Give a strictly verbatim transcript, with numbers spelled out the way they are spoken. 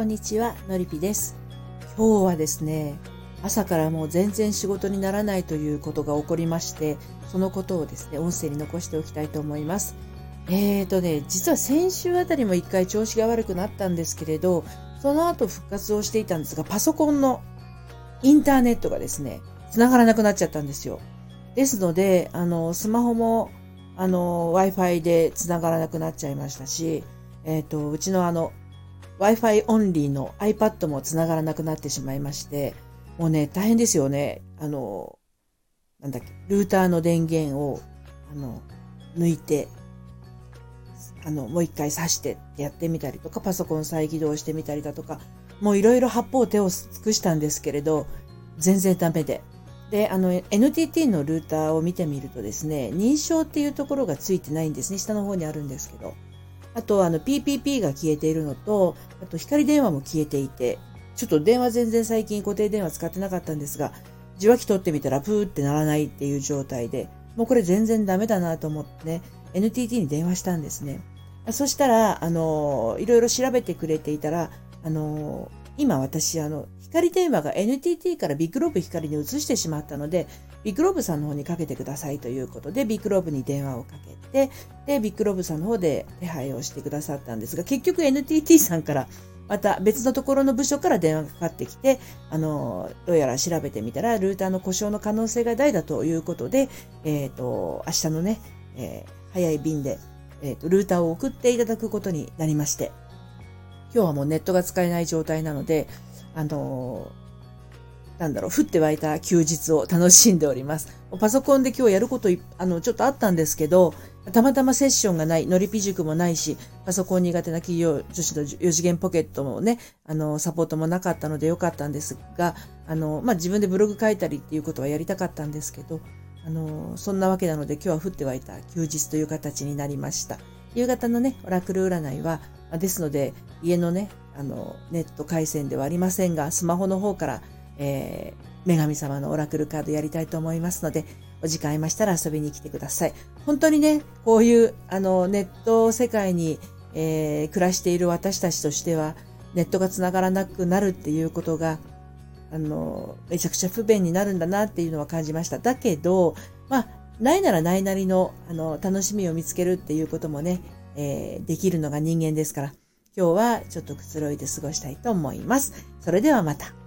んにちは、のりぴです。今日はですね、朝からもう全然仕事にならないということが起こりまして、そのことをですね、音声に残しておきたいと思います。えーとね、実は先週あたりも一回調子が悪くなったんですけれど、その後復活をしていたんですが、パソコンのインターネットがですね、繋がらなくなっちゃったんですよ。ですので、あの、スマホも、あの、Wi-Fi で繋がらなくなっちゃいましたし、えっと、うちのあの、Wi-Fi オンリーの iPad も繋がらなくなってしまいまして、もうね、大変ですよね。あの、なんだっけ、ルーターの電源を、あの、抜いて、あの、もう一回挿してやってみたりとか、パソコン再起動してみたりだとか、もういろいろ八方手を尽くしたんですけれど、全然ダメで。で、あの、エヌティーティー のルーターを見てみるとですね、認証っていうところがついてないんですね。下の方にあるんですけど。あと、あの、ピーピーピー が消えているのと、あと、光電話も消えていて、ちょっと電話全然最近固定電話使ってなかったんですが、受話器取ってみたらプーってならないっていう状態で、もうこれ全然ダメだなと思ってね、エヌティーティー に電話したんですね。そしたら、あの、いろいろ調べてくれていたら、あの、今私、あの、光電話が エヌティーティー からビッグローブ光に移してしまったので、ビッグローブさんの方にかけてくださいということで、ビッグローブに電話をかけて、で、ビッグローブさんの方で手配をしてくださったんですが、結局 エヌティーティー さんから、また別のところの部署から電話がかかってきて、あの、どうやら調べてみたら、ルーターの故障の可能性が大だということで、えっと、明日のね、えー早い便で、えっと、ルーターを送っていただくことになりまして、今日はもうネットが使えない状態なので、あのー、なんだろう、降って湧いた休日を楽しんでおります。パソコンで今日やることあの、ちょっとあったんですけど、たまたまセッションがない、のりぴ塾もないし、パソコン苦手な企業女子のよ次元ポケットもね、あの、サポートもなかったのでよかったんですが、あの、まあ、自分でブログ書いたりっていうことはやりたかったんですけど、あの、そんなわけなので今日は降って湧いた休日という形になりました。夕方のね、オラクル占いは、ですので、家のね、あの、ネット回線ではありませんが、スマホの方から、えー、女神様のオラクルカードやりたいと思いますので、お時間ありましたら遊びに来てください。本当にね、こういう、あの、ネット世界に、えー、暮らしている私たちとしては、ネットが繋がらなくなるっていうことが、あの、めちゃくちゃ不便になるんだなっていうのは感じました。だけど、まあ、ないならないなりの、あの、楽しみを見つけるっていうこともね、えー、できるのが人間ですから、今日はちょっとくつろいで過ごしたいと思います。それではまた。